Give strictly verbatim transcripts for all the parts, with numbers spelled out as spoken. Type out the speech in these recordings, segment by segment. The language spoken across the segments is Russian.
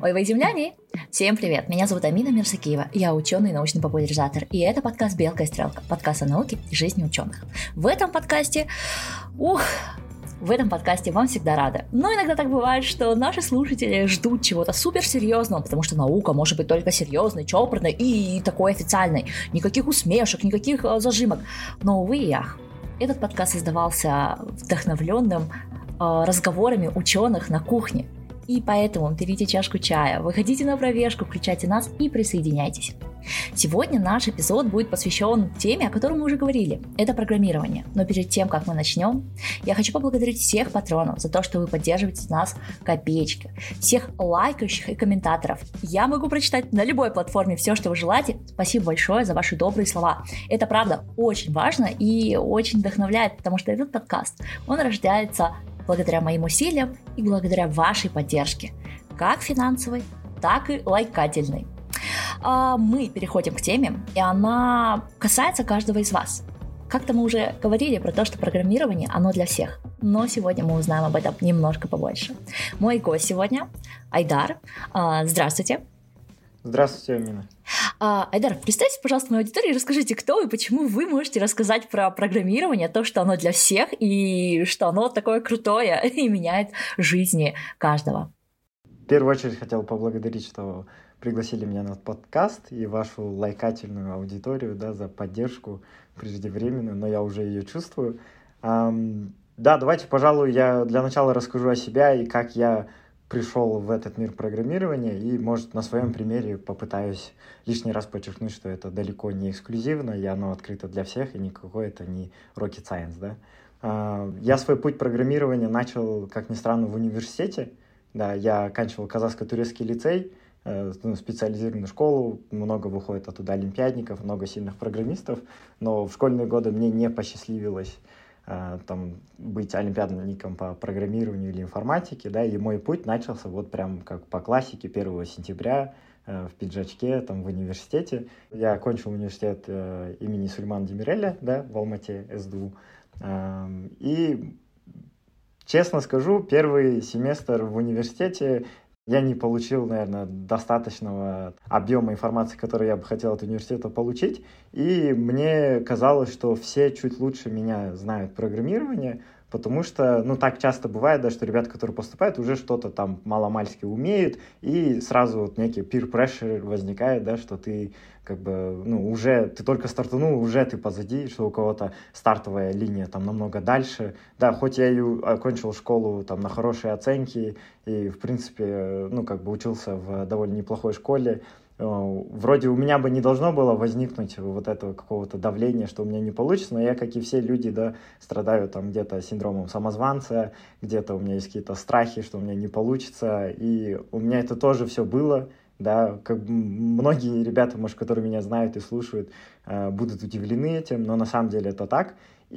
Ой, вы земляне! Всем привет! Меня зовут Амина Мирсакиева, я ученый и научный популяризатор, и это подкаст «Белка и стрелка», подкаст о науке и жизни ученых. В этом подкасте... Ух... В этом подкасте вам всегда рада. Но иногда так бывает, что наши слушатели ждут чего-то суперсерьезного, потому что наука может быть только серьезной, чопорной и такой официальной. Никаких усмешек, никаких э, зажимок. Но, увы и ах, этот подкаст создавался вдохновленным э, разговорами ученых на кухне. И поэтому берите чашку чая, выходите на пробежку, включайте нас и присоединяйтесь. Сегодня наш эпизод будет посвящен теме, о которой мы уже говорили. Это программирование. Но перед тем, как мы начнем, я хочу поблагодарить всех патронов за то, что вы поддерживаете нас копеечки, всех лайкающих и комментаторов. Я могу прочитать на любой платформе все, что вы желаете. Спасибо большое за ваши добрые слова. Это, правда, очень важно и очень вдохновляет, потому что этот подкаст, он рождается благодаря моим усилиям и благодаря вашей поддержке, как финансовой, так и лайкательной. А мы переходим к теме, и она касается каждого из вас. Как-то мы уже говорили про то, что программирование, оно для всех, но сегодня мы узнаем об этом немножко побольше. Мой гость сегодня Айдар. Здравствуйте. Здравствуйте, Амина. А, Айдар, представьте, пожалуйста, моей аудитории и расскажите, кто вы, почему вы можете рассказать про программирование, то, что оно для всех и что оно такое крутое и меняет жизни каждого. В первую очередь хотел поблагодарить, что пригласили меня на подкаст и вашу лайкательную аудиторию, да, за поддержку преждевременную, но я уже ее чувствую. Эм, да, давайте, пожалуй, я для начала расскажу о себе и как я пришел в этот мир программирования, и, может, на своем примере попытаюсь лишний раз подчеркнуть, что это далеко не эксклюзивно, и оно открыто для всех, и никакой это не rocket science, да. Я свой путь программирования начал, как ни странно, в университете, да, я оканчивал Казахско-Турецкий лицей, специализированную школу, много выходит оттуда олимпиадников, много сильных программистов, но в школьные годы мне не посчастливилось там, быть олимпиадником по программированию или информатике, да, и мой путь начался вот прям как по классике первого сентября э, в пиджачке там в университете. Я окончил университет э, имени Сулеймана Демиреля, да, в Алмате, СДУ, э, и, честно скажу, первый семестр в университете я не получил, наверное, достаточного объема информации, которую я бы хотел от университета получить, и мне казалось, что все чуть лучше меня знают программирование, потому что, ну, так часто бывает, да, что ребята, которые поступают, уже что-то там маломальски умеют, и сразу вот некий peer pressure возникает, да, что ты как бы, ну, уже, ты только стартанул, уже ты позади, что у кого-то стартовая линия там намного дальше. Да, хоть я и окончил школу там на хорошие оценки, и, в принципе, ну, как бы учился в довольно неплохой школе, вроде у меня бы не должно было возникнуть вот этого какого-то давления, что у меня не получится, но я, как и все люди, да, страдаю там где-то синдромом самозванца, где-то у меня есть какие-то страхи, что у меня не получится, и у меня это тоже все было, да, как бы многие ребята, может, которые меня знают и слушают, будут удивлены этим, но на самом деле это так,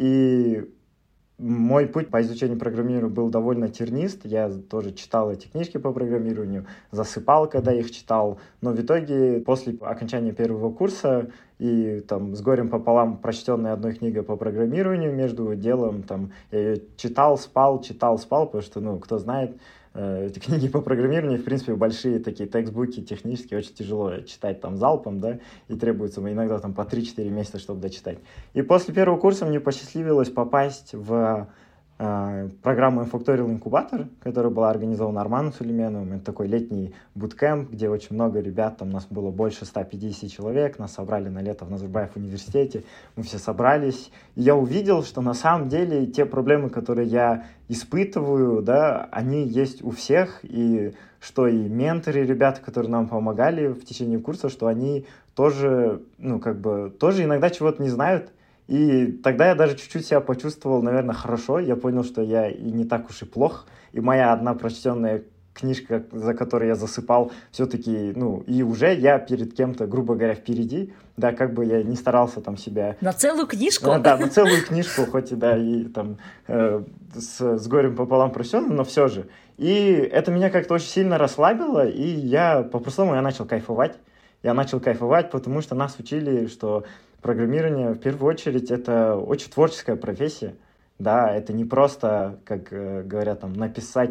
и мой путь по изучению программирования был довольно тернист. Я тоже читал эти книжки по программированию, засыпал, когда их читал. Но в итоге, после окончания первого курса и там с горем пополам прочтенной одной книгой по программированию между делом, там, я ее читал, спал, читал, спал, потому что, ну, кто знает, эти книги по программированию, в принципе, большие такие текстбуки технические, очень тяжело читать там залпом, да, и требуется иногда там по три-четыре месяца, чтобы дочитать. И после первого курса мне посчастливилось попасть в э, программу Infactorial Incubator, которая была организована Арманом Сулейменовым. Это такой летний буткэмп, где очень много ребят, там нас было больше ста пятидесяти человек, нас собрали на лето в Назарбаев университете, мы все собрались, и я увидел, что на самом деле те проблемы, которые я испытываю, да, они есть у всех, и что и менторы, ребята, которые нам помогали в течение курса, что они тоже, ну, как бы, тоже иногда чего-то не знают, и тогда я даже чуть-чуть себя почувствовал, наверное, хорошо, я понял, что я и не так уж и плох, и моя одна прочтенная книжка, за которой я засыпал, все-таки, ну, и уже я перед кем-то, грубо говоря, впереди, да, как бы я не старался там себя... На целую книжку? Ну, да, на целую книжку, хоть и, да, и там э, с, с горем пополам прощенным, но все же. И это меня как-то очень сильно расслабило, и я, по-простому, я начал кайфовать. Я начал кайфовать, потому что нас учили, что программирование, в первую очередь, это очень творческая профессия, да, это не просто, как э, говорят, там, написать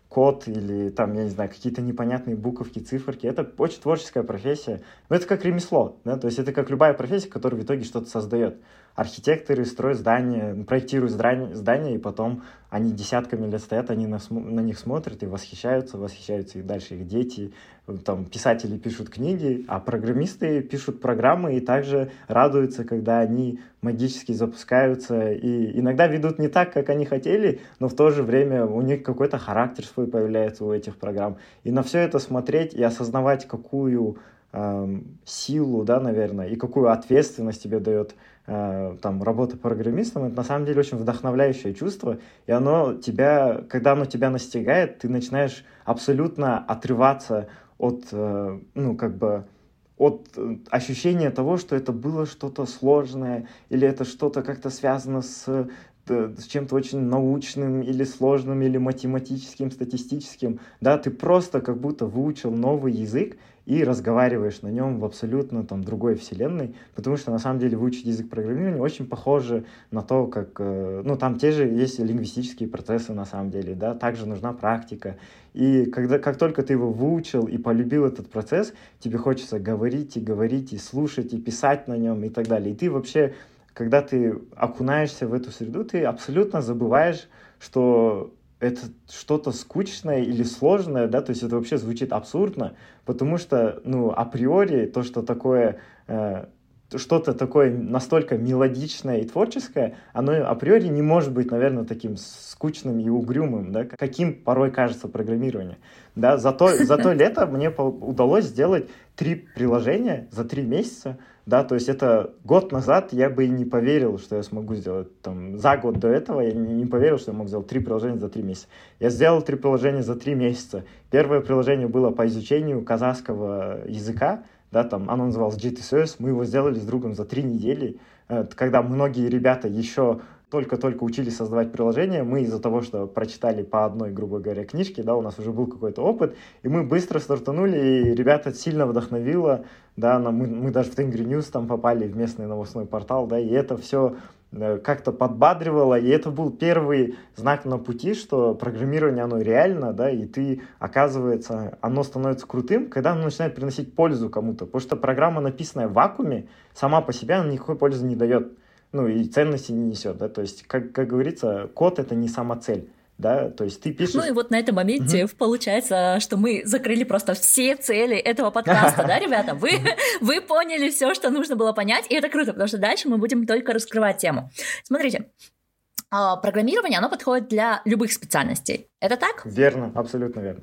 код или там, я не знаю, какие-то непонятные буковки, циферки. Это очень творческая профессия. Но это как ремесло, да, то есть это как любая профессия, которая в итоге что-то создает. Архитекторы строят здания, проектируют здания, здания, и потом они десятками лет стоят, они на, на них смотрят и восхищаются, восхищаются и дальше их дети. Там писатели пишут книги, а программисты пишут программы и также радуются, когда они магически запускаются и иногда ведут не так, как они хотели, но в то же время у них какой-то характер свой появляется у этих программ. И на все это смотреть и осознавать, какую э, силу, да, наверное, и какую ответственность тебе дает э, там, работа программистом, это на самом деле очень вдохновляющее чувство, и оно тебя, когда оно тебя настигает, ты начинаешь абсолютно отрываться от, э, ну, как бы, от ощущения того, что это было что-то сложное, или это что-то как-то связано с, с чем-то очень научным, или сложным, или математическим, статистическим. Да, ты просто как будто выучил новый язык и разговариваешь на нем в абсолютно там другой вселенной, потому что на самом деле выучить язык программирования очень похоже на то, как, ну, там те же есть лингвистические процессы на самом деле, да, также нужна практика. И когда, как только ты его выучил и полюбил этот процесс, тебе хочется говорить и говорить, и слушать, и писать на нем, и так далее. И ты вообще, когда ты окунаешься в эту среду, ты абсолютно забываешь, что это что-то скучное или сложное, да, то есть это вообще звучит абсурдно, потому что, ну, априори то, что такое, э, что-то такое настолько мелодичное и творческое, оно априори не может быть, наверное, таким скучным и угрюмым, да, каким порой кажется программирование. Да, за то, за то лето мне удалось сделать три приложения за три месяца, да, то есть это год назад я бы и не поверил, что я смогу сделать, там, за год до этого я не, не поверил, что я мог сделать три приложения за три месяца. Я сделал три приложения за три месяца. Первое приложение было по изучению казахского языка, да, там, оно называлось джи ти эс эс, мы его сделали с другом за три недели, когда многие ребята еще только-только учились создавать приложения, мы из-за того, что прочитали по одной, грубо говоря, книжке, да, у нас уже был какой-то опыт, и мы быстро стартанули, и ребята сильно вдохновило, да, мы, мы даже в Tengri News там попали, в местный новостной портал, да, и это все как-то подбадривало, и это был первый знак на пути, что программирование, оно реально, да, и ты, оказывается, оно становится крутым, когда оно начинает приносить пользу кому-то, потому что программа, написанная в вакууме, сама по себе, она никакой пользы не дает. Ну, и ценности не несет, да, то есть, как, как говорится, код — это не самоцель, да, то есть ты пишешь... Ну и вот на этом моменте uh-huh. получается, что мы закрыли просто все цели этого подкаста, да, ребята, вы, вы поняли все, что нужно было понять, и это круто, потому что дальше мы будем только раскрывать тему. Смотрите, программирование, оно подходит для любых специальностей, это так? Верно, абсолютно верно.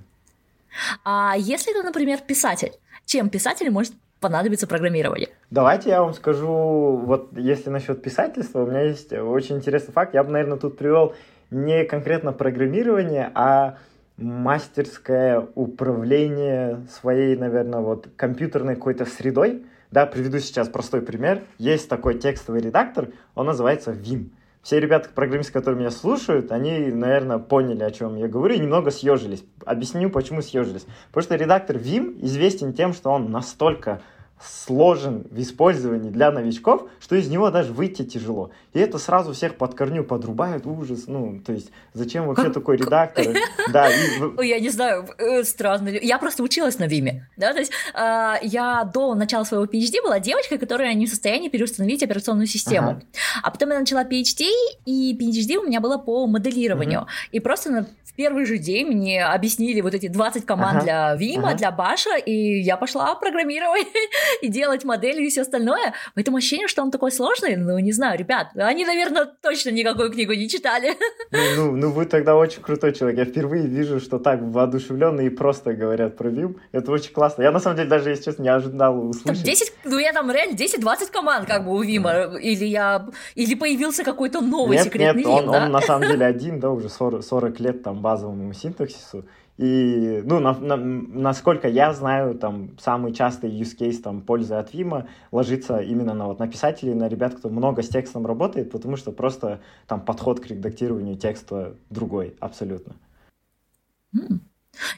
А если ты, например, писатель, чем писатель может понадобится программирование? Давайте я вам скажу, вот если насчет писательства, у меня есть очень интересный факт. Я бы, наверное, тут привел не конкретно программирование, а мастерское управление своей, наверное, вот компьютерной какой-то средой. Да, приведу сейчас простой пример. Есть такой текстовый редактор, он называется Vim. Все ребята, программисты, которые меня слушают, они, наверное, поняли, о чем я говорю, и немного съежились. Объясню, почему съежились. Потому что редактор Vim известен тем, что он настолько сложен в использовании для новичков, что из него даже выйти тяжело. И это сразу всех под корню подрубает, ужас. Ну, то есть, зачем вообще такой редактор? Да, и... Я не знаю, странно. Я просто училась на Виме. Да? То есть, э, я до начала своего пи эйч ди была девочкой, которая не в состоянии переустановить операционную систему. Ага. А потом я начала пи эйч ди, и пи эйч ди у меня было по моделированию. Угу. И просто на, в первый же день мне объяснили вот эти двадцать команд ага. для Вима, ага. для Баша, и я пошла программировать и делать модели и все остальное. Поэтому ощущение, что он такой сложный, ну, не знаю, ребят, они, наверное, точно никакую книгу не читали. Ну, ну, ну вы тогда очень крутой человек. Я впервые вижу, что так воодушевленно и просто говорят про Vim. Это очень классно. Я, на самом деле, даже, если честно, не ожидал услышать. Там десять, ну, я там реально десять-двадцать команд как бы у Vim. Или я... Или появился какой-то новый нет, секретный нет, Vim, он, да? он на самом деле один, да, уже сорок, сорок лет там базовому синтаксису. И, ну, на, на, насколько я знаю, там, самый частый use case, там, пользы от Vim ложится именно на, вот, на писателей, на ребят, кто много с текстом работает, потому что просто там подход к редактированию текста другой, абсолютно. Mm.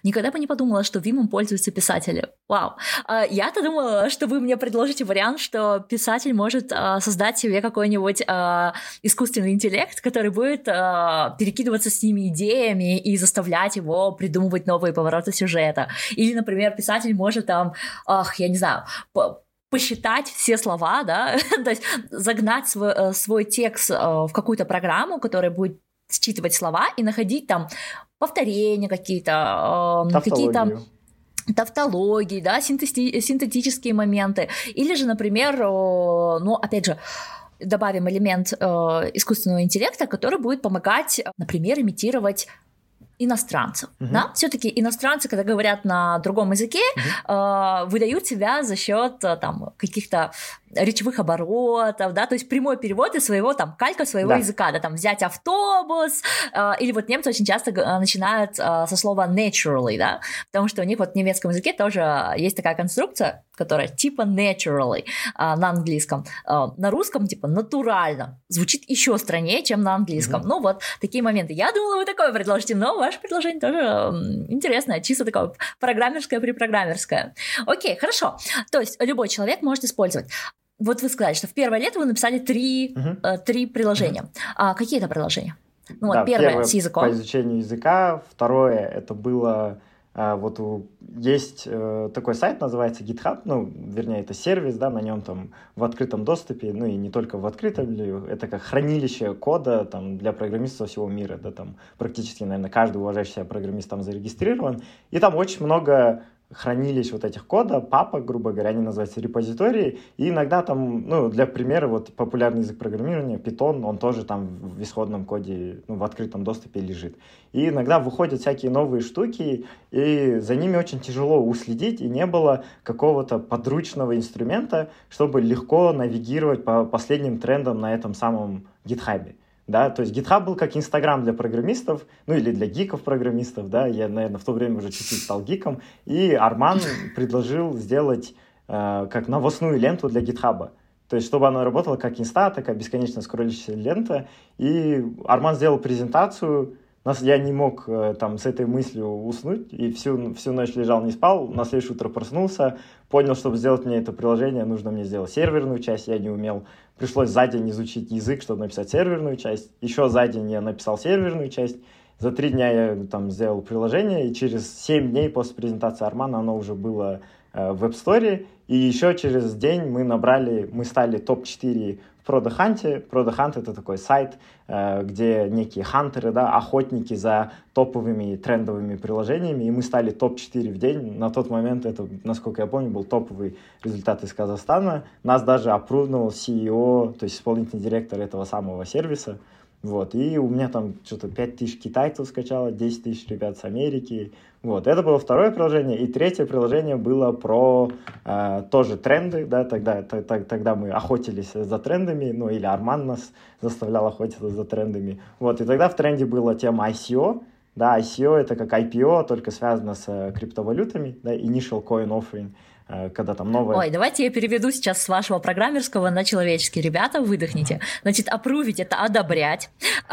Никогда бы не подумала, что Vim пользуются писатели. Вау. Я-то думала, что вы мне предложите вариант, что писатель может создать себе какой-нибудь искусственный интеллект, который будет перекидываться с ними идеями и заставлять его придумывать новые повороты сюжета. Или, например, писатель может там, ах, я не знаю, посчитать все слова, да, то есть загнать свой, свой текст в какую-то программу, которая будет считывать слова и находить там повторения какие-то, какие-то тавтологии, да, синтети- синтетические моменты. Или же, например, ну, опять же, добавим элемент искусственного интеллекта, который будет помогать, например, имитировать иностранцев. Uh-huh. Да? Все-таки иностранцы, когда говорят на другом языке, uh-huh. э, выдают себя за счет там, каких-то речевых оборотов, да, то есть прямой перевод из своего, там, калька своего да. языка, да, там, взять автобус, э, или вот немцы очень часто начинают э, со слова naturally, да, потому что у них вот в немецком языке тоже есть такая конструкция, которая типа naturally э, на английском, э, на русском типа натурально, звучит еще страннее, чем на английском, mm-hmm. ну вот такие моменты. Я думала, вы такое предложите, но ваше предложение тоже э, интересное, чисто такое программерское-препрограммерское. Окей, хорошо, то есть любой человек может использовать. Вот вы сказали, что в первое лето вы написали три, uh-huh. э, три приложения. Uh-huh. А какие это приложения? Ну, да, вот первое, первое с языком. По изучению языка. Второе, это было... Э, вот у, есть э, такой сайт, называется GitHub. Ну, вернее, это сервис, да, на нем там в открытом доступе, ну и не только в открытом, это как хранилище кода там, для программистов всего мира. Да, там практически, наверное, каждый уважающий себя программист там зарегистрирован. И там очень много... хранилищ вот этих кода, папок, грубо говоря, они называются репозитории, и иногда там, ну, для примера, вот популярный язык программирования, Python, он тоже там в исходном коде, ну, в открытом доступе лежит. И иногда выходят всякие новые штуки, и за ними очень тяжело уследить, и не было какого-то подручного инструмента, чтобы легко навигировать по последним трендам на этом самом GitHub. Да, то есть GitHub был как Инстаграм для программистов, ну или для гиков-программистов, да, я, наверное, в то время уже чуть-чуть стал гиком, и Арман предложил сделать э, как новостную ленту для GitHub. То есть, чтобы она работала как инста, такая бесконечно скроллящаяся лента, и Арман сделал презентацию, я не мог э, там с этой мыслью уснуть, и всю, всю ночь лежал, не спал, на следующее утро проснулся, понял, чтобы сделать мне это приложение, нужно мне сделать серверную часть, я не умел. Пришлось за день изучить язык, чтобы написать серверную часть. Еще за день я написал серверную часть. За три дня я там сделал приложение, и через семь дней после презентации Армана оно уже было э, в App Store. И еще через день мы набрали, мы стали топ четыре в Product Hunt. Product Hunt — это такой сайт, э, где некие хантеры, да, охотники за топовыми трендовыми приложениями, и мы стали топ четыре в день. На тот момент это, насколько я помню, был топовый результат из Казахстана. Нас даже апрувнул си и о, то есть исполнительный директор этого самого сервиса. Вот, и у меня там что-то пять тысяч китайцев скачало, десять тысяч ребят с Америки. Вот, это было второе приложение. И третье приложение было про э, тоже тренды, да, тогда, т- т- тогда мы охотились за трендами, ну, или Арман нас заставлял охотиться за трендами. Вот, и тогда в тренде была тема ай си о. Да, ай си о — это как ай пи о, только связано с э, криптовалютами, да, Initial Coin Offering. Когда там новое... Ой, давайте я переведу сейчас с вашего программерского на человеческий. Ребята, выдохните. Значит, апрувить — это одобрять.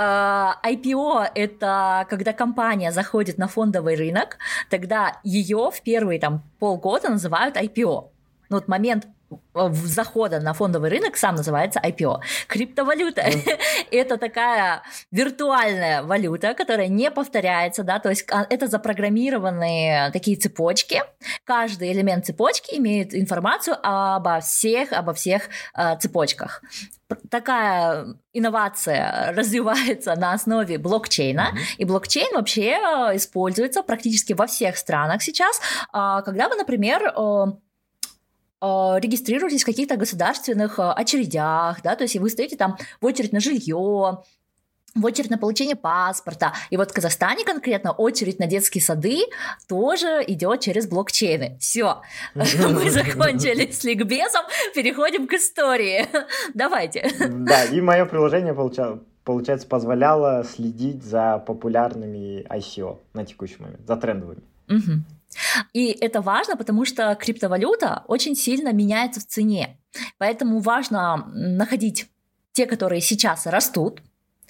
ай пи о — это когда компания заходит на фондовый рынок, тогда ее в первые там полгода называют ай пи о. Ну, вот момент захода на фондовый рынок сам называется ай пи о. Криптовалюта mm. – это такая виртуальная валюта, которая не повторяется, да, то есть это запрограммированные такие цепочки. Каждый элемент цепочки имеет информацию обо всех, обо всех э, цепочках. Такая инновация развивается на основе блокчейна, mm-hmm. и блокчейн вообще используется практически во всех странах сейчас, когда вы, например, регистрируетесь в каких-то государственных очередях, да, то есть вы стоите там в очередь на жилье, в очередь на получение паспорта. И вот в Казахстане конкретно очередь на детские сады тоже идет через блокчейны. Все, мы закончили с ликбезом, переходим к истории. Давайте. Да, и мое приложение, получается, позволяло следить за популярными ай си о на текущий момент, за трендовыми. Угу. И это важно, потому что криптовалюта очень сильно меняется в цене. Поэтому важно находить те, которые сейчас растут,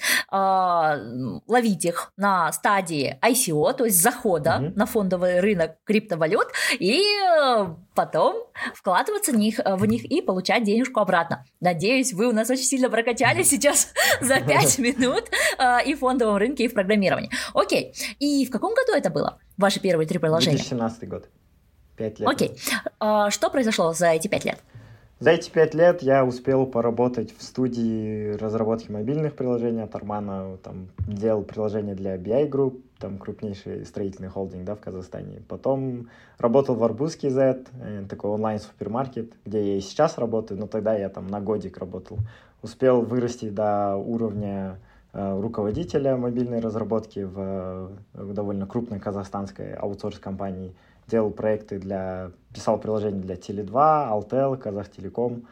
ловить их на стадии ай си о, то есть захода mm-hmm. на фондовый рынок криптовалют, и потом вкладываться в них, в них и получать денежку обратно. Надеюсь, вы у нас очень сильно прокачали сейчас за пять минут и в фондовом рынке, и в программировании. Окей, и в каком году это было? Ваши первые три приложения? две тысячи семнадцатый год. Пять лет. Окей. Что произошло за эти пять лет? За эти пять лет я успел поработать в студии разработки мобильных приложений от Армана, там, делал приложения для би ай Group, там крупнейший строительный холдинг, да, в Казахстане. Потом работал в Арбузский зет, такой онлайн-супермаркет, где я и сейчас работаю, но тогда я там на годик работал. Успел вырасти до уровня э, руководителя мобильной разработки в, в довольно крупной казахстанской аутсорс-компании. Делал проекты для... Писал приложения для Теле два, Алтел, Казахтелеком.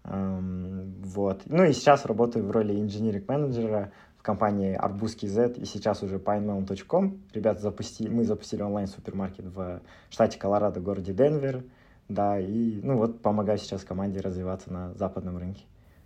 Эм, вот. Ну и сейчас работаю в роли инженеринг-менеджера в компании Арбузский зет и сейчас уже пайнмелон точка ком. Ребята запустили... Мы запустили онлайн-супермаркет в штате Колорадо, городе Денвер. Да, и ну вот помогаю сейчас команде развиваться на западном рынке.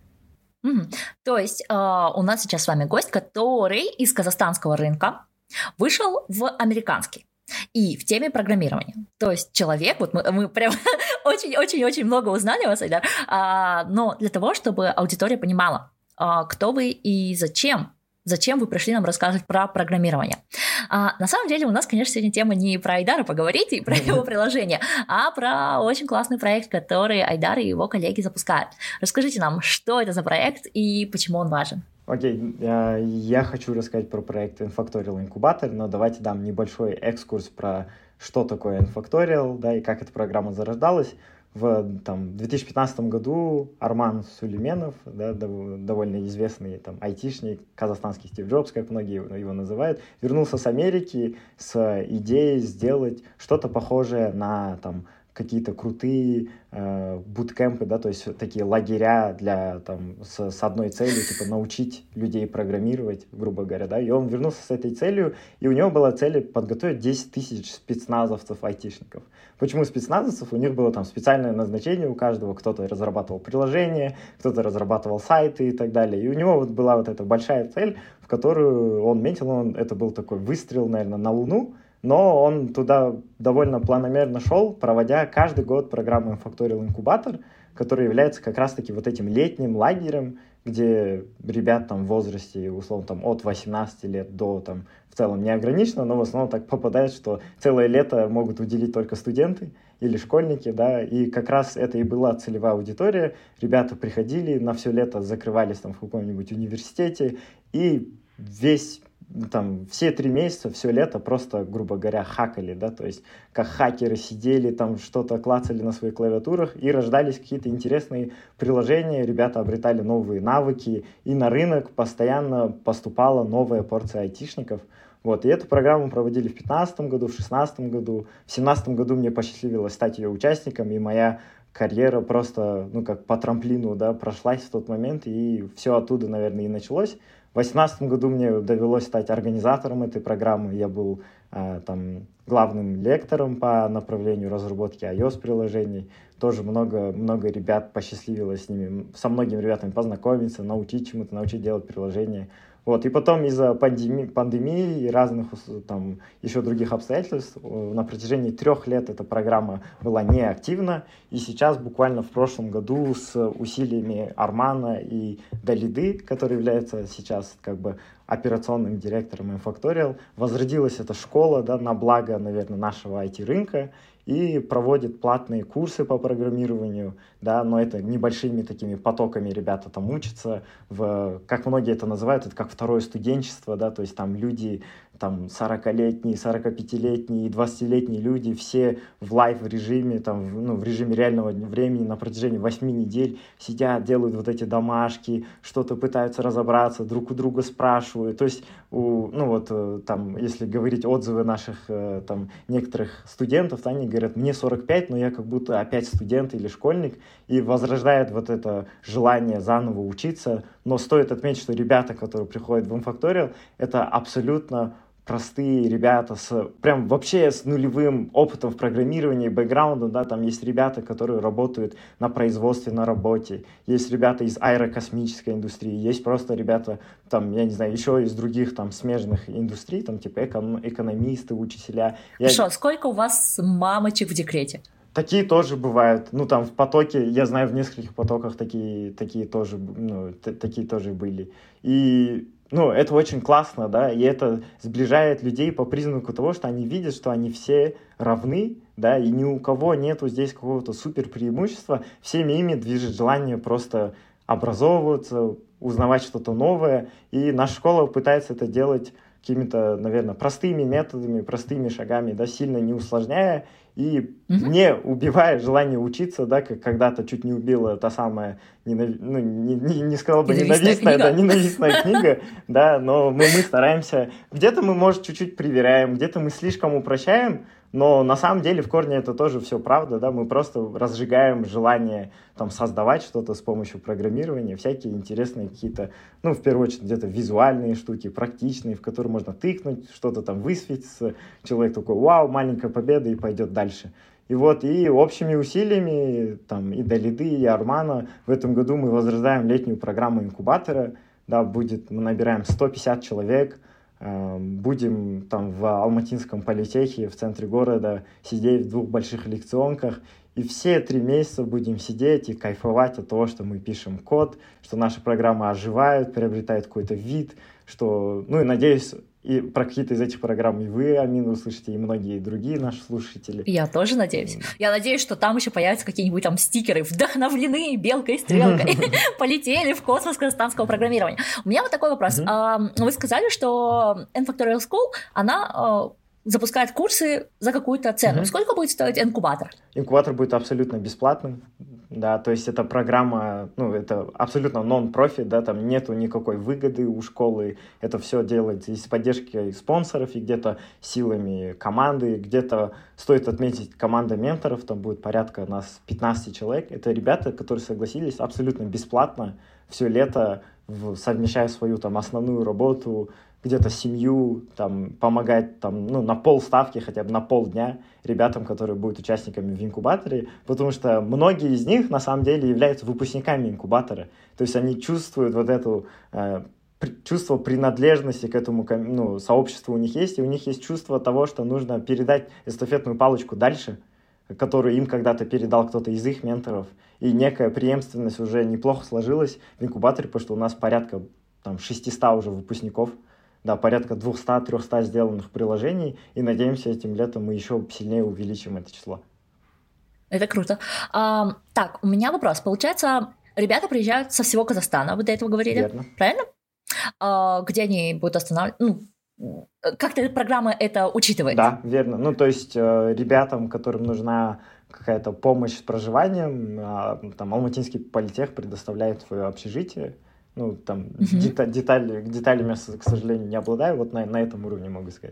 Mm-hmm. То есть э, у нас сейчас с вами гость, который из казахстанского рынка вышел в американский. И в теме программирования. То есть человек, вот мы, мы прям очень-очень-очень много узнали о вас, Айдар, а, но для того, чтобы аудитория понимала, а, кто вы и зачем, зачем вы пришли нам рассказывать про программирование. А, на самом деле у нас, конечно, сегодня тема не про Айдара поговорить и про его приложение, а про очень классный проект, который Айдар и его коллеги запускают. Расскажите нам, что это за проект и почему он важен. Окей, okay. я хочу рассказать про проект N-Factorial Incubator, но давайте дам небольшой экскурс про что такое N-Factorial, да, и как эта программа зарождалась. В там, две тысячи пятнадцатом году Арман Сулейменов, да, довольно известный там, айтишник, казахстанский Стив Джобс, как многие его называют, вернулся с Америки с идеей сделать что-то похожее на там, какие-то крутые э, буткемпы, да, то есть такие лагеря для, там, с, с одной целью, типа, научить людей программировать, грубо говоря, да, и он вернулся с этой целью, и у него была цель подготовить десять тысяч спецназовцев-айтишников. Почему спецназовцев? У них было там специальное назначение у каждого, кто-то разрабатывал приложения, кто-то разрабатывал сайты и так далее, и у него вот была вот эта большая цель, в которую он метил, он, это был такой выстрел, наверное, на Луну, но он туда довольно планомерно шел, проводя каждый год программу N-Factorial Incubator, которая является как раз-таки вот этим летним лагерем, где ребят там в возрасте, условно, там, от восемнадцати лет до, там, в целом не ограничено, но в основном так попадает, что целое лето могут уделить только студенты или школьники, да, и как раз это и была целевая аудитория. Ребята приходили, на все лето закрывались там в каком-нибудь университете, и весь там все три месяца, все лето просто, грубо говоря, хакали, да, то есть как хакеры сидели, там что-то клацали на своих клавиатурах, и рождались какие-то интересные приложения, ребята обретали новые навыки, и на рынок постоянно поступала новая порция айтишников. Вот, и эту программу проводили в две тысячи пятнадцатом году, в две тысячи шестнадцатом году, в две тысячи семнадцатом году мне посчастливилось стать ее участником, и моя карьера просто, ну, как по трамплину, да, прошлась в тот момент, и все оттуда, наверное, и началось. В две тысячи восемнадцатом году мне довелось стать организатором этой программы. Я был э, там главным лектором по направлению разработки iOS-приложений. Тоже много, много ребят посчастливилось с ними, со многими ребятами познакомиться, научить чему-то, научить делать приложения. Вот. И потом из-за пандемии, пандемии и разных там, еще других обстоятельств на протяжении трех лет эта программа была неактивна. И сейчас, буквально в прошлом году, с усилиями Армана и Далиды, который является сейчас как бы операционным директором N-Factorial, возродилась эта школа, да, на благо, наверное, нашего ай ти-рынка, и проводит платные курсы по программированию, да, но это небольшими такими потоками ребята там учатся, в, как многие это называют, это как второе студенчество, да, то есть там люди, там сорокалетние, сорокапятилетние и двадцатилетние люди, все в лайв-режиме, там, ну, в режиме реального времени на протяжении восьми недель сидят, делают вот эти домашки, что-то пытаются разобраться, друг у друга спрашивают, то есть, у, ну вот, там, если говорить отзывы наших, там, некоторых студентов, то они говорят, мне сорок пять, но я как будто опять студент или школьник, и возрождает вот это желание заново учиться, но стоит отметить, что ребята, которые приходят в N-Factorial, это абсолютно простые ребята с прям вообще с нулевым опытом в программировании, бэкграундом, да, там есть ребята, которые работают на производстве, на работе, есть ребята из аэрокосмической индустрии, есть просто ребята, там, я не знаю, еще из других там смежных индустрий, там, типа экон- экономисты, учителя. Хорошо, Я... сколько у вас мамочек в декрете? Такие тоже бывают. Ну, там в потоке, я знаю, в нескольких потоках такие, такие тоже, ну, т- такие тоже были. И ну, это очень классно, да, и это сближает людей по признаку того, что они видят, что они все равны, да, и ни у кого нету здесь какого-то супер преимущества, всеми ими движет желание просто образовываться, узнавать что-то новое, и наша школа пытается это делать какими-то, наверное, простыми методами, простыми шагами, да, сильно не усложняя и mm-hmm. не убивая желание учиться, да, как когда-то чуть не убила та самая, ненав... ну, не, не, не сказал бы ненавистная, ненавистная, книга. да, ненавистная книга, да, но мы, мы стараемся, где-то мы, может, чуть-чуть проверяем, где-то мы слишком упрощаем, но на самом деле в корне это тоже все правда, да, мы просто разжигаем желание там создавать что-то с помощью программирования, всякие интересные какие-то, ну, в первую очередь, где-то визуальные штуки, практичные, в которые можно тыкнуть, что-то там высветится, человек такой, вау, маленькая победа, и пойдет дальше. И вот, и общими усилиями, там, и Далиды, и Армана, в этом году мы возрождаем летнюю программу инкубатора, да, будет, мы набираем сто пятьдесят человек, будем там в Алматинском политехе в центре города сидеть в двух больших лекционках, и все три месяца будем сидеть и кайфовать от того, что мы пишем код, что наши программы оживают, приобретают какой-то вид, что, ну и надеюсь, и про какие-то из этих программ и вы, Амин, услышите, и многие другие наши слушатели. Я тоже надеюсь. Я надеюсь, что там еще появятся какие-нибудь там стикеры «Вдохновлены белкой и стрелкой, полетели в космос казахстанского программирования». У меня вот такой вопрос. Вы сказали, что N Factorial School, она запускает курсы за какую-то цену. Сколько будет стоить инкубатор? Инкубатор будет абсолютно бесплатным. Да, то есть это программа, ну, это абсолютно нон-профит, да, там нету никакой выгоды у школы, это все делается и с поддержкой спонсоров, и где-то силами команды, где-то, стоит отметить, команда менторов, там будет порядка нас пятнадцать человек, это ребята, которые согласились абсолютно бесплатно все лето, в, совмещая свою там основную работу, где-то семью, там, помогать там, ну, на полставки, хотя бы на полдня ребятам, которые будут участниками в инкубаторе, потому что многие из них на самом деле являются выпускниками инкубатора. То есть они чувствуют вот эту э, чувство принадлежности к этому, ну, сообществу у них есть, и у них есть чувство того, что нужно передать эстафетную палочку дальше, которую им когда-то передал кто-то из их менторов, и некая преемственность уже неплохо сложилась в инкубаторе, потому что у нас порядка там шестьсот уже выпускников, да, порядка двести-триста сделанных приложений, и надеемся, этим летом мы еще сильнее увеличим это число. Это круто. А, так, у меня вопрос. Получается, ребята приезжают со всего Казахстана, вы до этого говорили, Верно. Правильно? А, где они будут останавливаться? Ну, как-то программа это учитывает? Да, верно. Ну, то есть э, ребятам, которым нужна какая-то помощь с проживанием, э, там Алматинский политех предоставляет свое общежитие. Ну, там, uh-huh. дета- детали, деталями, к сожалению, не обладаю, вот на, на этом уровне могу сказать.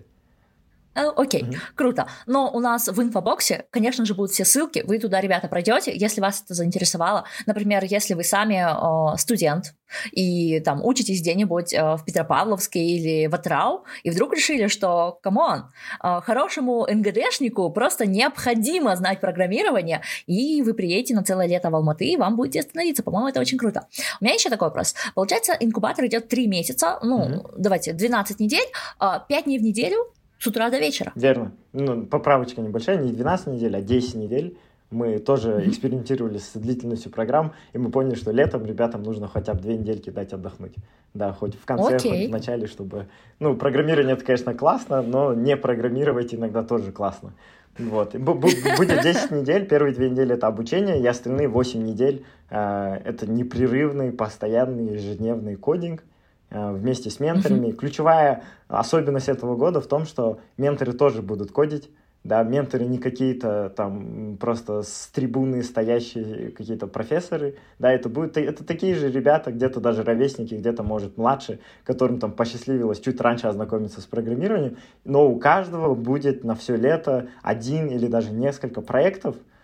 Окей, okay, uh-huh. круто. Но у нас в инфобоксе, конечно же, будут все ссылки, вы туда, ребята, пройдете, если вас это заинтересовало. Например, если вы сами э, студент и там учитесь где-нибудь э, в Петропавловске или в Атырау, и вдруг решили, что, камон, э, хорошему эн гэ дэшнику просто необходимо знать программирование, и вы приедете на целое лето в Алматы, и вам будете остановиться. По-моему, это очень круто. У меня еще такой вопрос. Получается, инкубатор идет три месяца, ну, uh-huh. давайте, двенадцать недель, э, пять дней в неделю, с утра до вечера. Верно. Ну, поправочка небольшая, не двенадцать недель, а десять недель. Мы тоже mm-hmm. экспериментировали с длительностью программ, и мы поняли, что летом ребятам нужно хотя бы две недельки дать отдохнуть. Да, хоть в конце, okay. хоть в начале, чтобы... Ну, программирование, это, конечно, классно, но не программировать иногда тоже классно. Вот. Будет десять недель, первые две недели это обучение, и остальные восемь недель э, это непрерывный, постоянный, ежедневный кодинг вместе с менторами. Mm-hmm. Ключевая особенность этого года в том, что менторы тоже будут кодить. Да, менторы не какие-то там просто с трибуны стоящие какие-то профессоры. Да, это будут это такие же ребята, где-то даже ровесники, где-то, может, младше, которым там посчастливилось чуть раньше ознакомиться с программированием. Но у каждого будет на все лето один или даже несколько проектов,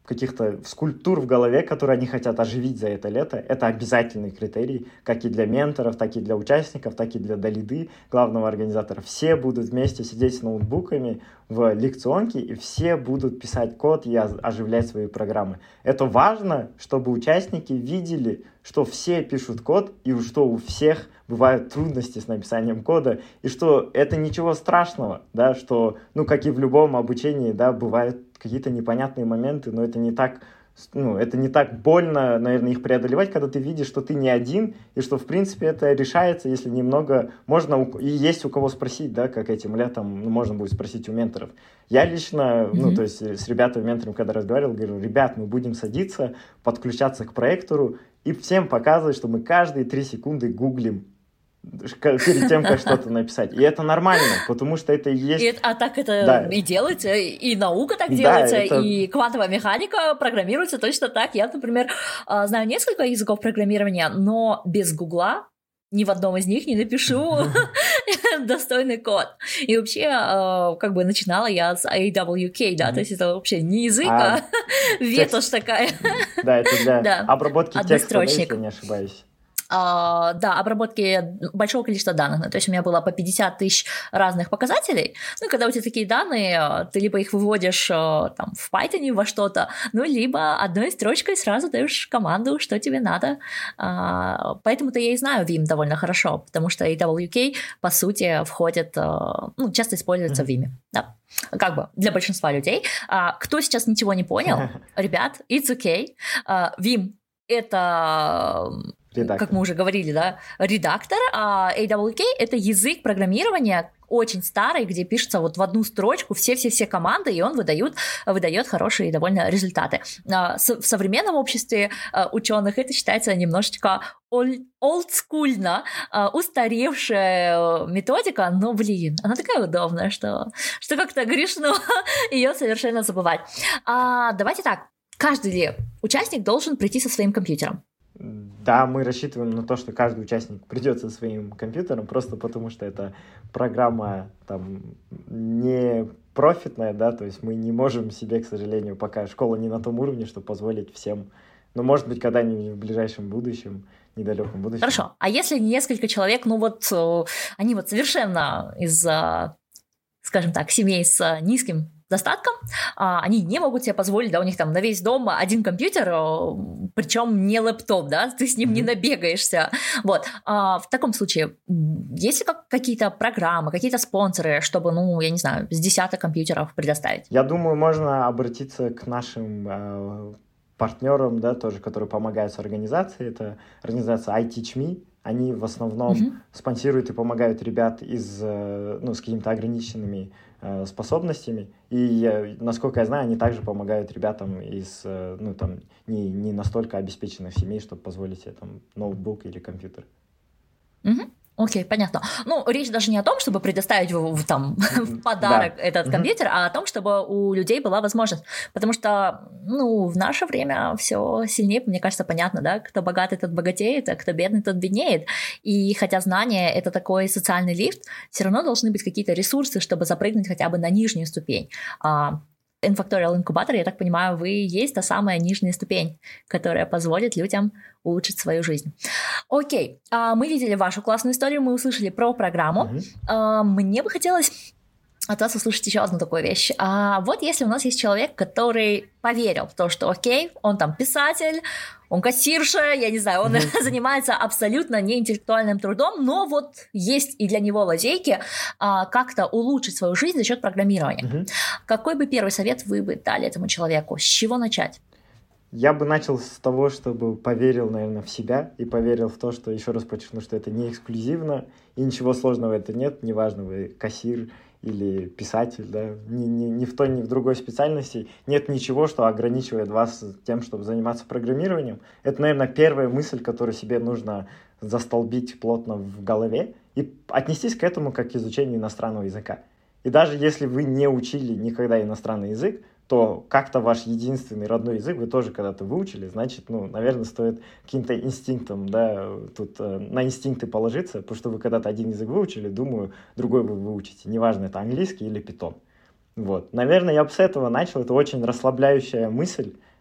каких-то скульптур в голове, которые они хотят оживить за это лето. Это обязательный критерий, как и для менторов, так и для участников, так и для Долиды, главного организатора. Все будут вместе сидеть с ноутбуками в лекционке, и все будут писать код и оживлять свои программы. Это важно, чтобы участники видели, что все пишут код, и что у всех бывают трудности с написанием кода, и что это ничего страшного, да, что, ну, как и в любом обучении, да, бывают какие-то непонятные моменты, но это не так, ну, это не так больно, наверное, их преодолевать, когда ты видишь, что ты не один, и что, в принципе, это решается, если немного, можно, и есть у кого спросить, да, как этим летом, ну, можно будет спросить у менторов. Я лично, mm-hmm. ну, то есть с ребятами-менторами, когда разговаривал, говорю, ребят, мы будем садиться, подключаться к проектору и всем показывать, что мы каждые три секунды гуглим перед тем, как что-то написать. И это нормально, потому что это и есть... И, а так это да. и делается, и наука так да, делается, это... и квантовая механика программируется точно так. Я, например, знаю несколько языков программирования, но без Гугла ни в одном из них не напишу достойный код. И вообще, как бы начинала я с эй дабл ю кей, да, то есть это вообще не язык, а ветошь такая. Да, это для обработки текста, если не ошибаюсь. Uh, да, обработки большого количества данных. То есть у меня было по пятьдесят тысяч разных показателей. Ну, когда у тебя такие данные, ты либо их выводишь там, в Python во что-то, ну, либо одной строчкой сразу даешь команду, что тебе надо. Uh, поэтому-то я и знаю Vim довольно хорошо, потому что эй дабл ю кей, по сути, входит, uh, ну, часто используется в Vim. Да. Как бы для большинства людей. Uh, кто сейчас ничего не понял, ребят, it's okay. Uh, Vim — это... Редактор. Как мы уже говорили, да, редактор, а эй дабл ю кей — это язык программирования очень старый, где пишется вот в одну строчку все-все-все команды, и он выдает, выдает хорошие довольно результаты. В современном обществе ученых это считается немножечко олдскульно, устаревшая методика, но, блин, она такая удобная, что, что как-то грешно ее совершенно забывать. А, давайте так, каждый ли участник должен прийти со своим компьютером? Да, мы рассчитываем на то, что каждый участник придет со своим компьютером, просто потому что это программа там не профитная, да, то есть мы не можем себе, к сожалению, пока школа не на том уровне, чтобы позволить всем, но, может быть, когда-нибудь в ближайшем будущем, недалеком будущем. Хорошо, а если несколько человек, ну вот, они вот совершенно из, скажем так, семей с низким достатком, они не могут себе позволить, да, у них там на весь дом один компьютер, причем не лэптоп, да, ты с ним mm-hmm. не набегаешься. Вот. В таком случае, есть ли какие-то программы, какие-то спонсоры, чтобы, ну, я не знаю, с десяток компьютеров предоставить? Я думаю, можно обратиться к нашим э, партнерам, да, тоже, которые помогают с организацией. Это организация iTeachMe. Они в основном mm-hmm. спонсируют и помогают ребят из, ну, с какими-то ограниченными э, способностями. И, насколько я знаю, они также помогают ребятам из, э, ну, там, не, не настолько обеспеченных семей, чтобы позволить себе там ноутбук или компьютер. Mm-hmm. Окей, okay, понятно. Ну, речь даже не о том, чтобы предоставить в, в, там, в подарок да. этот компьютер, mm-hmm. а о том, чтобы у людей была возможность. Потому что, ну, в наше время все сильнее, мне кажется, понятно, да, кто богатый, тот богатеет, а кто бедный, тот беднеет. И хотя знание — это такой социальный лифт, все равно должны быть какие-то ресурсы, чтобы запрыгнуть хотя бы на нижнюю ступень. Infactorial инкубатор, я так понимаю, вы есть та самая нижняя ступень, которая позволит людям улучшить свою жизнь. Окей, мы видели вашу классную историю, мы услышали про программу. Mm-hmm. Мне бы хотелось от вас услышать еще одну такую вещь. А вот если у нас есть человек, который поверил в то, что окей, он там писатель, он кассирша, я не знаю, он mm-hmm. занимается абсолютно неинтеллектуальным трудом, но вот есть и для него лазейки а, как-то улучшить свою жизнь за счет программирования. Mm-hmm. Какой бы первый совет вы бы дали этому человеку? С чего начать? Я бы начал с того, чтобы поверил, наверное, в себя и поверил в то, что, еще раз подчеркну, что это не эксклюзивно и ничего сложного это нет, неважно, вы кассир или писатель, да, ни, ни, ни в той, ни в другой специальности нет ничего, что ограничивает вас тем, чтобы заниматься программированием. Это, наверное, первая мысль, которую себе нужно застолбить плотно в голове и отнестись к этому как к изучению иностранного языка. И даже если вы не учили никогда иностранный язык, то как-то ваш единственный родной язык вы тоже когда-то выучили, значит, ну, наверное, стоит каким-то инстинктом, да, тут э, на инстинкты положиться, потому что вы когда-то один язык выучили, думаю, другой вы выучите, неважно, это английский или питон. Вот, наверное, я бы с этого начал, это очень расслабляющая мысль,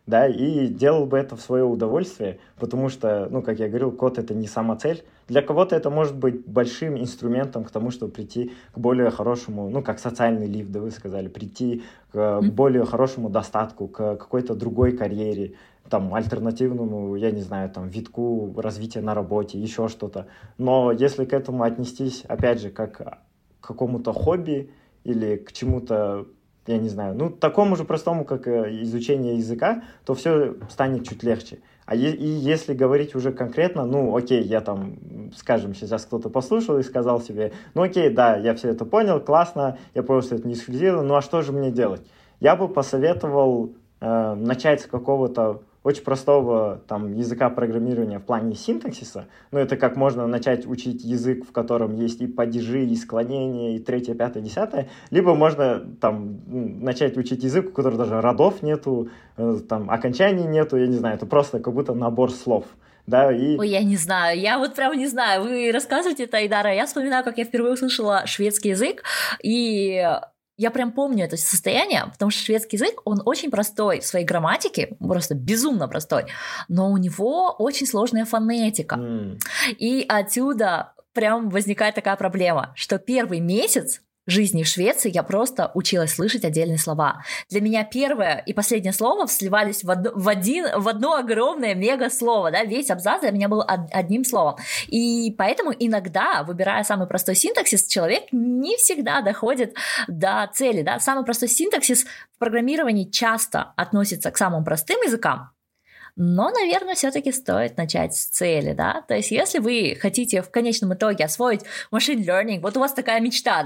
да, и делал бы это в свое удовольствие, потому что, ну, как я говорил, код — это не самоцель. Для кого-то это может быть большим инструментом к тому, чтобы прийти к более хорошему, ну, как социальный лифт, да, вы сказали, прийти к более хорошему достатку, к какой-то другой карьере, там, альтернативному, я не знаю, там, витку развития на работе, еще что-то. Но если к этому отнестись, опять же, как к какому-то хобби или к чему-то, я не знаю, ну, такому же простому, как изучение языка, то все станет чуть легче. А е- и если говорить уже конкретно, ну, окей, я там, скажем, сейчас кто-то послушал и сказал себе, ну, окей, да, я все это понял, классно, я понял, что это не эксклюзивно, ну, а что же мне делать? Я бы посоветовал э, начать с какого-то очень простого там языка программирования в плане синтаксиса. Ну, это как можно начать учить язык, в котором есть и падежи, и склонения, и третье, пятое, десятое. Либо можно там начать учить язык, у которого даже родов нету, там окончаний нету, я не знаю, это просто как будто набор слов. Да, и... Ой, я не знаю, я вот прям не знаю. Вы рассказываете это, Айдара, я вспоминаю, как я впервые услышала шведский язык, и... Я прям помню это состояние, потому что шведский язык, он очень простой в своей грамматике, просто безумно простой, но у него очень сложная фонетика. Mm. И отсюда прям возникает такая проблема, что первый месяц жизни в Швеции я просто училась слышать отдельные слова. Для меня первое и последнее слово сливались в одно, в один, в одно огромное мега-слово, да, весь абзац для меня был од, одним словом. И поэтому иногда, выбирая самый простой синтаксис, человек не всегда доходит до цели, да. Самый простой синтаксис в программировании часто относится к самым простым языкам, но, наверное, все-таки стоит начать с цели, да, то есть если вы хотите в конечном итоге освоить machine learning, вот у вас такая мечта,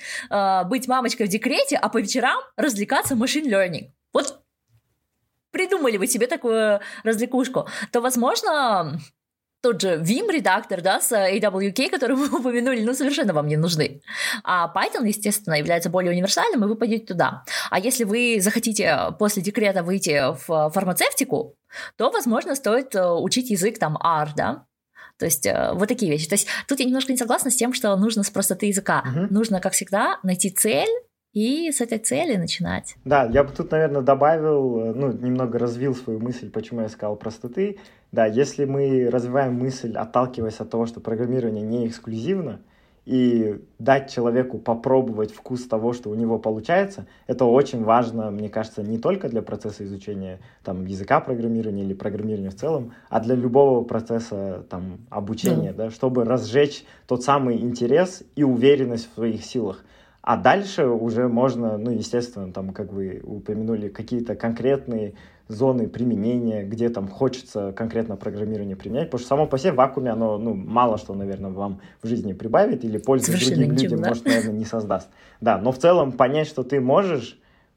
да, быть мамочкой в декрете, а по вечерам развлекаться machine learning, вот придумали вы себе такую развлекушку, то, возможно, тот же Vim-редактор, да, с эй дабл ю кей, который мы упомянули, ну, совершенно вам не нужны. А Python, естественно, является более универсальным, и вы пойдете туда. А если вы захотите после декрета выйти в фармацевтику, то, возможно, стоит учить язык там ар, да, то есть вот такие вещи. То есть тут я немножко не согласна с тем, что нужно с простоты языка. Uh-huh. Нужно, как всегда, найти цель и с этой цели начинать. Да, я бы тут, наверное, добавил, ну, немного развил свою мысль, почему я сказал простоты. Да, если мы развиваем мысль, отталкиваясь от того, что программирование не эксклюзивно, и дать человеку попробовать вкус того, что у него получается, это очень важно, мне кажется, не только для процесса изучения там, языка программирования или программирования в целом, а для любого процесса там, обучения, mm. да, чтобы разжечь тот самый интерес и уверенность в своих силах. А дальше уже можно, ну, естественно, там, как вы упомянули, какие-то конкретные зоны применения, где там хочется конкретно программирование применять, потому что само по себе в вакууме оно, ну, мало что, наверное, вам в жизни прибавит или пользу Совершенно другим ничего, людям, да? может, наверное, не создаст. Да, но в целом понять, что ты можешь,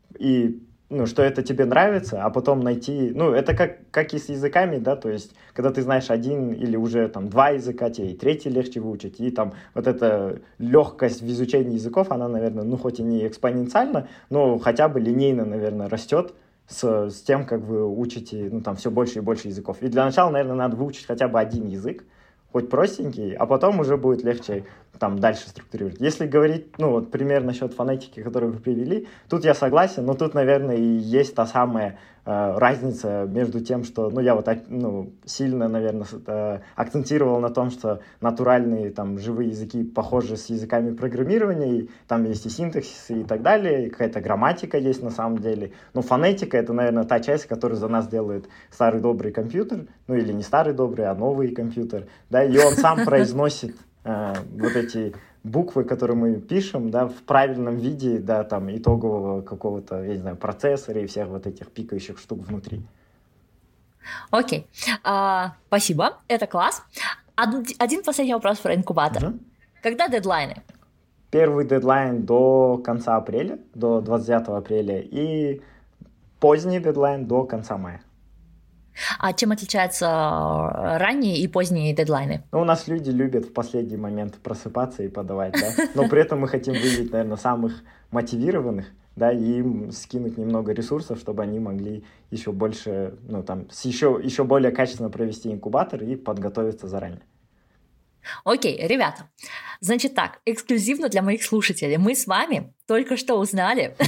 и ну, что это тебе нравится, а потом найти, ну, это как, как и с языками, да, то есть, когда ты знаешь один или уже там два языка, тебе и третий легче выучить, и там вот эта легкость в изучении языков, она, наверное, ну, хоть и не экспоненциально, но хотя бы линейно, наверное, растет с, с тем, как вы учите, ну, там, все больше и больше языков. И для начала, наверное, надо выучить хотя бы один язык, хоть простенький, а потом уже будет легче там дальше структурировать. Если говорить, ну, вот пример насчет фонетики, который вы привели, тут я согласен, но тут, наверное, и есть та самая э, разница между тем, что, ну, я вот, ну, сильно, наверное, э, акцентировал на том, что натуральные, там, живые языки похожи с языками программирования, и там есть и синтаксис и так далее, и какая-то грамматика есть на самом деле, но фонетика — это, наверное, та часть, которую за нас делает старый добрый компьютер, ну, или не старый добрый, а новый компьютер, да, и он сам произносит вот эти буквы, которые мы пишем, да, в правильном виде, да, там, итогового какого-то, я не знаю, процессора и всех вот этих пикающих штук внутри. Окей, а, спасибо, это класс. Один, один последний вопрос про инкубатор. Угу. Когда дедлайны? Первый дедлайн до конца апреля, до двадцать девятого апреля, и поздний дедлайн до конца мая. А чем отличаются ранние и поздние дедлайны? Ну, у нас люди любят в последний момент просыпаться и подавать, да, но при этом мы хотим выявить, наверное, самых мотивированных, да, и им скинуть немного ресурсов, чтобы они могли еще больше, ну, там, еще, еще более качественно провести инкубатор и подготовиться заранее. Окей, ребята, значит так, эксклюзивно для моих слушателей. Мы с вами только что узнали,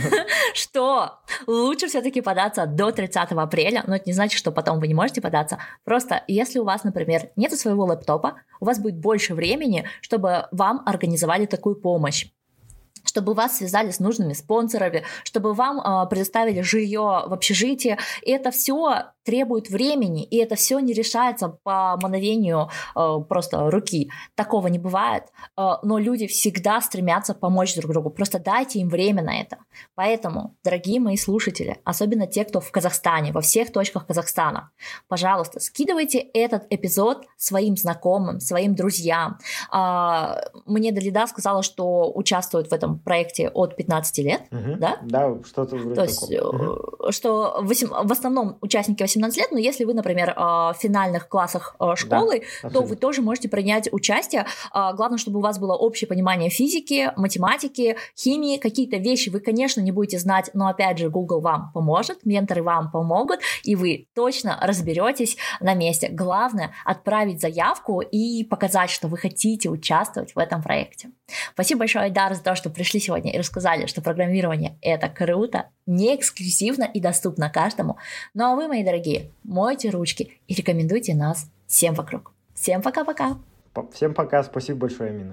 что лучше все-таки податься до тридцатого апреля, но это не значит, что потом вы не можете податься. Просто если у вас, например, нет своего лэптопа, у вас будет больше времени, чтобы вам организовали такую помощь, чтобы вас связали с нужными спонсорами, чтобы вам э, предоставили жилье в общежитии. И это все требует времени, и это все не решается по мановению э, просто руки. Такого не бывает, э, но люди всегда стремятся помочь друг другу. Просто дайте им время на это. Поэтому, дорогие мои слушатели, особенно те, кто в Казахстане, во всех точках Казахстана, пожалуйста, скидывайте этот эпизод своим знакомым, своим друзьям. Э, мне Далида сказала, что участвует в этом проекте от пятнадцати лет, угу. да? Да, что-то вроде То есть, такого. Что в основном участники восемнадцать лет, но если вы, например, в финальных классах школы, да, то вы тоже можете принять участие. Главное, чтобы у вас было общее понимание физики, математики, химии, какие-то вещи вы, конечно, не будете знать, но, опять же, Google вам поможет, менторы вам помогут, и вы точно разберетесь на месте. Главное — отправить заявку и показать, что вы хотите участвовать в этом проекте. Спасибо большое, Айдар, за то, что пришли сегодня и рассказали, что программирование — это круто, не эксклюзивно и доступно каждому. Ну а вы, мои дорогие, мойте ручки и рекомендуйте нас всем вокруг. Всем пока-пока. Всем пока, спасибо большое, Амина.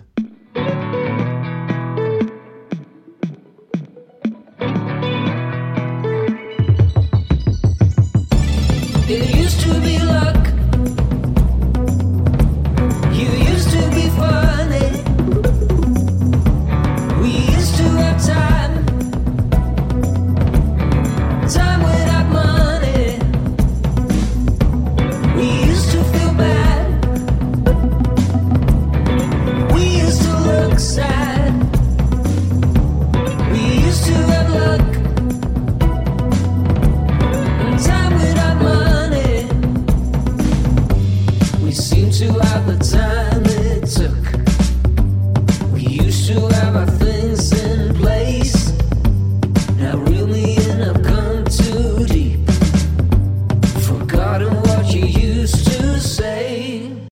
To have the time.